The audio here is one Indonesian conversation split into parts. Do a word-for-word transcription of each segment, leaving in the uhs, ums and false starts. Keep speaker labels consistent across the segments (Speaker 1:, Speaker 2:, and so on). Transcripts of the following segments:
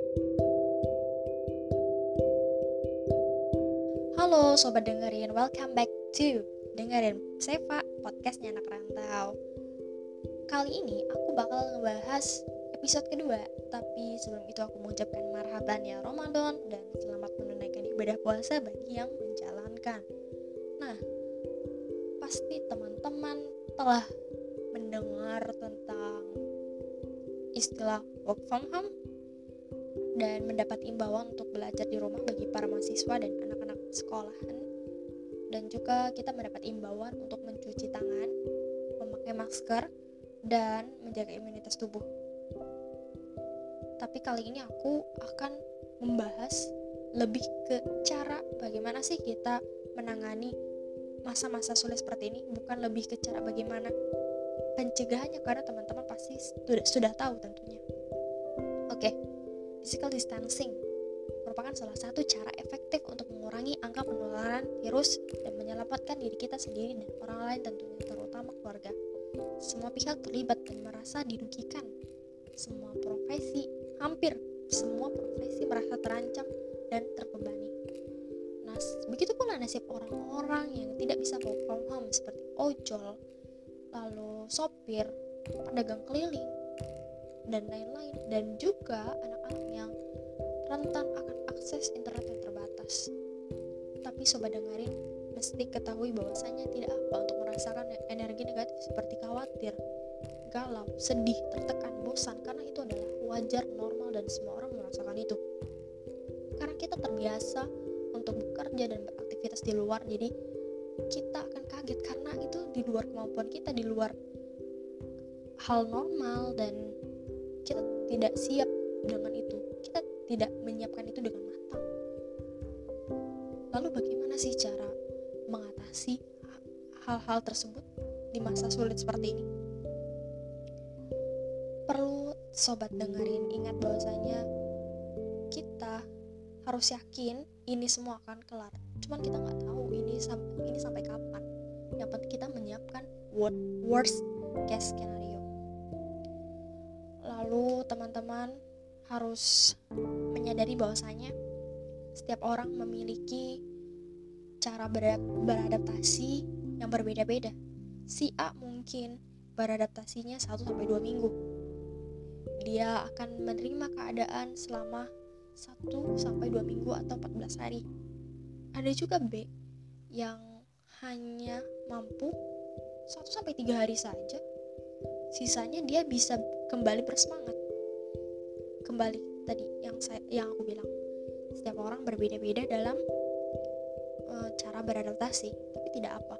Speaker 1: Halo sobat dengerin, welcome back to dengerin Seva, podcastnya anak rantau. Kali ini aku bakal ngebahas episode kedua, tapi sebelum itu aku mengucapkan marhaban ya Ramadan dan selamat menunaikan ibadah puasa bagi yang menjalankan. Nah, pasti teman-teman telah mendengar tentang istilah work from home dan mendapat imbauan untuk belajar di rumah bagi para mahasiswa dan anak-anak sekolahan, dan juga kita mendapat imbauan untuk mencuci tangan, memakai masker, dan menjaga imunitas tubuh. Tapi kali ini aku akan membahas lebih ke cara bagaimana sih kita menangani masa-masa sulit seperti ini, bukan lebih ke cara bagaimana pencegahannya, karena teman-teman pasti sudah, sudah tahu tentunya. Oke, physical distancing merupakan salah satu cara efektif untuk mengurangi angka penularan virus dan menyelamatkan diri kita sendiri dan orang lain tentunya, terutama keluarga. Semua pihak terlibat dan merasa dirugikan. Semua profesi, hampir semua profesi merasa terancam dan terbebani. Nah, begitu pula nasib orang-orang yang tidak bisa work from home seperti ojol, lalu sopir, pedagang keliling, dan lain-lain, dan juga anak-anak yang rentan akan akses internet yang terbatas. Tapi sobat dengerin, mesti ketahui bahwasanya tidak apa untuk merasakan energi negatif seperti khawatir, galau, sedih, tertekan, bosan, karena itu adalah wajar, normal, dan semua orang merasakan itu. Karena kita terbiasa untuk bekerja dan beraktivitas di luar, jadi kita akan kaget karena itu di luar kemampuan kita, di luar hal normal, dan kita tidak siap dengan itu. Kita tidak menyiapkan itu dengan matang. Lalu bagaimana sih cara mengatasi hal-hal tersebut di masa sulit seperti ini? Perlu sobat dengerin ingat bahwasanya kita harus yakin ini semua akan kelar. Cuman kita nggak tahu ini sampai ini sampai kapan. Yang penting kita menyiapkan worst case scenario. Lalu teman-teman harus menyadari bahwasanya setiap orang memiliki cara beradaptasi yang berbeda-beda. Si A mungkin beradaptasinya satu sampai dua minggu. Dia akan menerima keadaan selama satu sampai dua minggu atau empat belas hari. Ada juga B yang hanya mampu satu sampai tiga hari saja. Sisanya dia bisa kembali bersemangat. Kembali tadi yang saya yang aku bilang, setiap orang berbeda-beda dalam uh, cara beradaptasi, tapi tidak apa.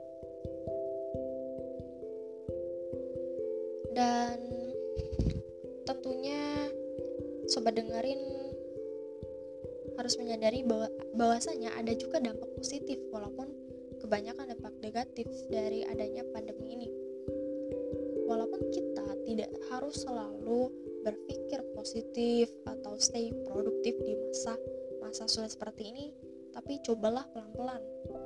Speaker 1: Dan tentunya sobat dengerin harus menyadari bahwa bahwasanya ada juga dampak positif, walaupun kebanyakan dampak negatif dari adanya pandemi ini. Walaupun kita tidak harus selalu berpikir positif atau stay produktif di masa masa sulit seperti ini, tapi cobalah pelan-pelan.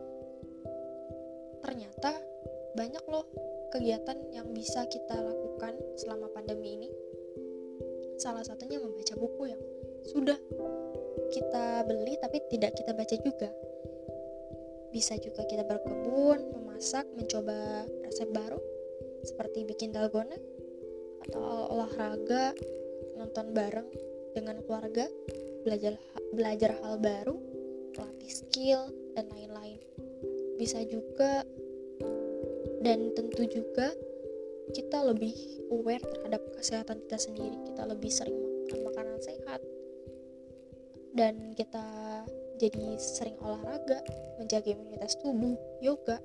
Speaker 1: Ternyata banyak loh kegiatan yang bisa kita lakukan selama pandemi ini. Salah satunya membaca buku yang sudah kita beli tapi tidak kita baca juga. Bisa juga kita berkebun, memasak, mencoba resep baru seperti bikin dalgona, atau olahraga, nonton bareng dengan keluarga, belajar belajar hal baru, melatih skill, dan lain-lain. Bisa juga dan tentu juga kita lebih aware terhadap kesehatan kita sendiri. Kita lebih sering makan makanan sehat, dan kita jadi sering olahraga, menjaga imunitas tubuh, yoga.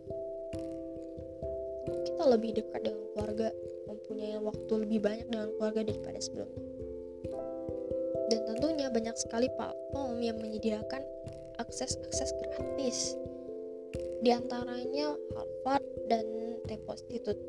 Speaker 1: Kita lebih dekat dengan keluarga, mempunyai waktu lebih banyak dengan keluarga daripada sebelumnya. Dan tentunya banyak sekali platform yang menyediakan akses-akses gratis, di antaranya Harvard dan Tempo Institute.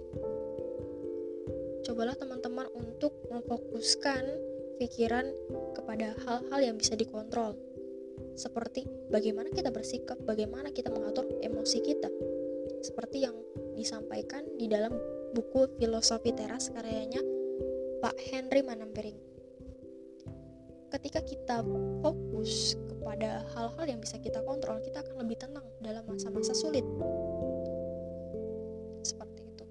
Speaker 1: Cobalah teman-teman untuk memfokuskan pikiran kepada hal-hal yang bisa dikontrol, seperti bagaimana kita bersikap, bagaimana kita mengatur emosi kita, seperti yang disampaikan di dalam buku Filosofi Teras karyanya Pak Henry Manambering. ketika kita fokus kepada hal-hal yang bisa kita kontrol, kita akan lebih tenang dalam masa-masa sulit. Seperti itu.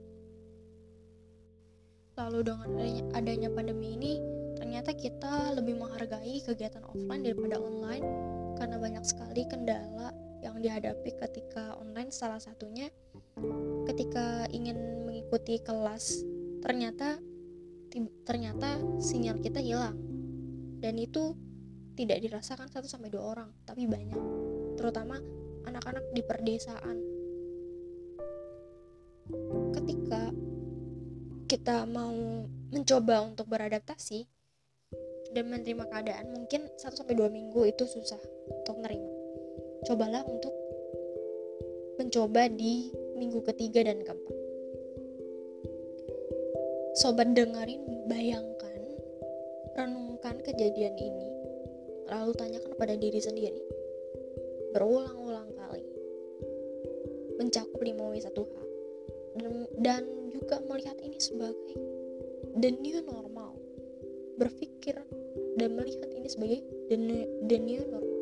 Speaker 1: Lalu dengan adanya, adanya pandemi ini, ternyata kita lebih menghargai kegiatan offline daripada online, karena banyak sekali kendala yang dihadapi ketika online. Salah satunya ketika ingin mengikuti kelas, ternyata ternyata sinyal kita hilang, dan itu tidak dirasakan satu sampai dua orang, tapi banyak, terutama anak-anak di perdesaan. Ketika kita mau mencoba untuk beradaptasi dan menerima keadaan, mungkin satu sampai dua minggu itu susah untuk menerima. Cobalah untuk mencoba di minggu ketiga dan keempat. Sobat dengerin, bayangkan, renungkan kejadian ini, lalu tanyakan pada diri sendiri berulang-ulang kali, mencakup lima W satu H, dan, dan juga melihat ini sebagai the new normal, berpikir dan melihat ini sebagai the new, the new normal.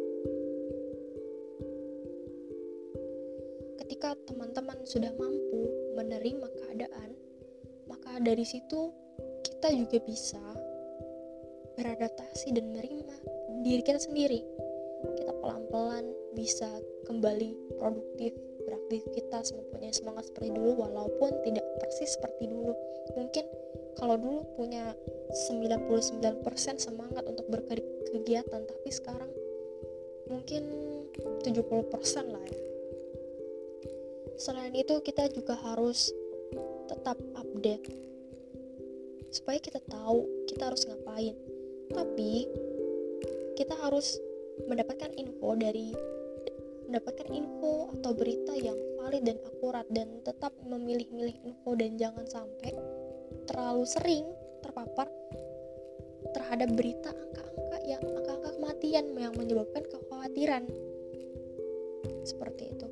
Speaker 1: Ketika teman-teman sudah mampu menerima keadaan, maka dari situ kita juga bisa beradaptasi dan menerima diri kita sendiri. Kita pelan-pelan bisa kembali produktif, beraktivitas, mempunyai semangat seperti dulu, walaupun tidak persis seperti dulu. Mungkin kalau dulu punya sembilan puluh sembilan persen semangat untuk berkegiatan, tapi sekarang mungkin tujuh puluh persen lah ya. Selain itu, kita juga harus tetap update supaya kita tahu kita harus ngapain. Tapi kita harus mendapatkan info dari mendapatkan info atau berita yang valid dan akurat, dan tetap memilih-milih info, dan jangan sampai terlalu sering terpapar terhadap berita angka-angka yang angka-angka kematian yang menyebabkan kekhawatiran. Seperti itu.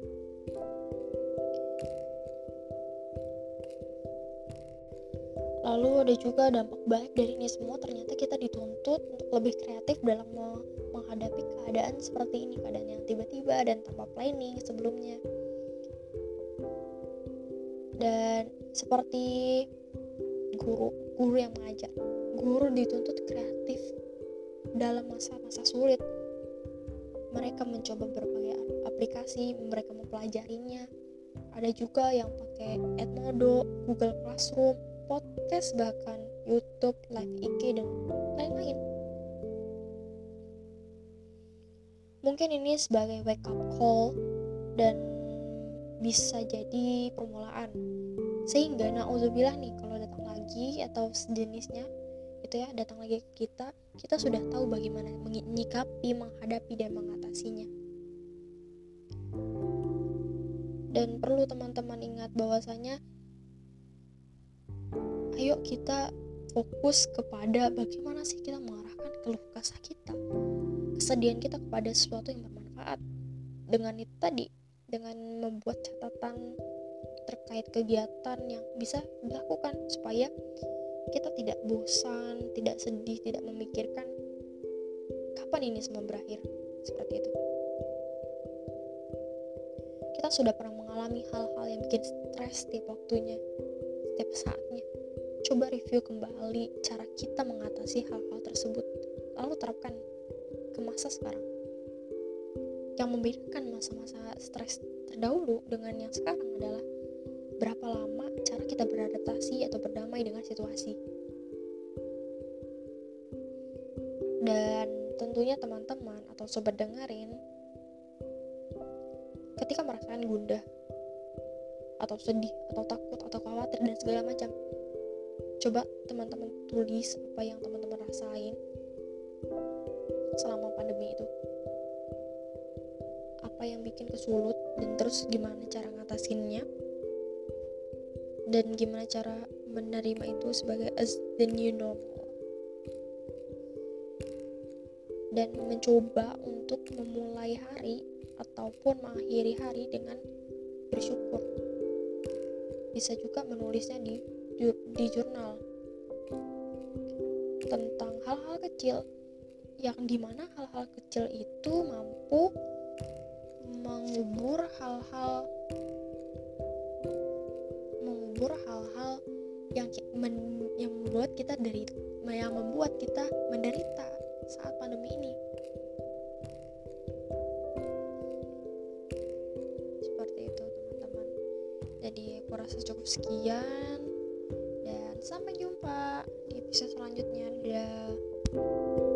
Speaker 1: Lalu ada juga dampak baik dari ini semua, ternyata kita dituntut untuk lebih kreatif dalam menghadapi keadaan seperti ini, keadaan yang tiba-tiba dan tanpa planning sebelumnya. Dan seperti guru, guru yang mengajar, guru dituntut kreatif dalam masa-masa sulit. Mereka mencoba berbagai aplikasi, mereka mempelajarinya. Ada juga yang pakai Edmodo, Google Classroom, podcast, bahkan YouTube, live I G, dan lain-lain. Mungkin ini sebagai wake up call dan bisa jadi permulaan, sehingga na'udzubillah nih kalau datang lagi atau sejenisnya itu ya datang lagi ke kita, kita sudah tahu bagaimana menyikapi, menghadapi, dan mengatasinya. Dan perlu teman-teman ingat bahwasanya ayo kita fokus kepada bagaimana sih kita mengarahkan keluh kesah kita, kesedihan kita kepada sesuatu yang bermanfaat. Dengan itu tadi, dengan membuat catatan terkait kegiatan yang bisa dilakukan supaya kita tidak bosan, tidak sedih, tidak memikirkan kapan ini semua berakhir. Seperti itu. Kita sudah pernah mengalami hal-hal yang bikin stres setiap waktunya, setiap saatnya. Coba review kembali cara kita mengatasi hal-hal tersebut, lalu terapkan ke masa sekarang. Yang membedakan masa-masa stres terdahulu dengan yang sekarang adalah berapa lama cara kita beradaptasi atau berdamai dengan situasi. Dan tentunya teman-teman atau sobat dengerin, ketika merasakan gundah atau sedih atau takut atau khawatir dan segala macam, coba teman-teman tulis apa yang teman-teman rasain selama pandemi itu, apa yang bikin kesulut, dan terus gimana cara ngatasinnya, dan gimana cara menerima itu sebagai as the new normal, dan mencoba untuk memulai hari ataupun mengakhiri hari dengan bersyukur. Bisa juga menulisnya di di jurnal tentang hal-hal kecil yang dimana hal-hal kecil itu mampu mengubur hal-hal mengubur hal-hal yang men, yang membuat kita dari yang membuat kita menderita saat pandemi ini. Seperti itu teman-teman. Jadi aku rasa cukup sekian dan sampai jumpa di episode selanjutnya. Dadah.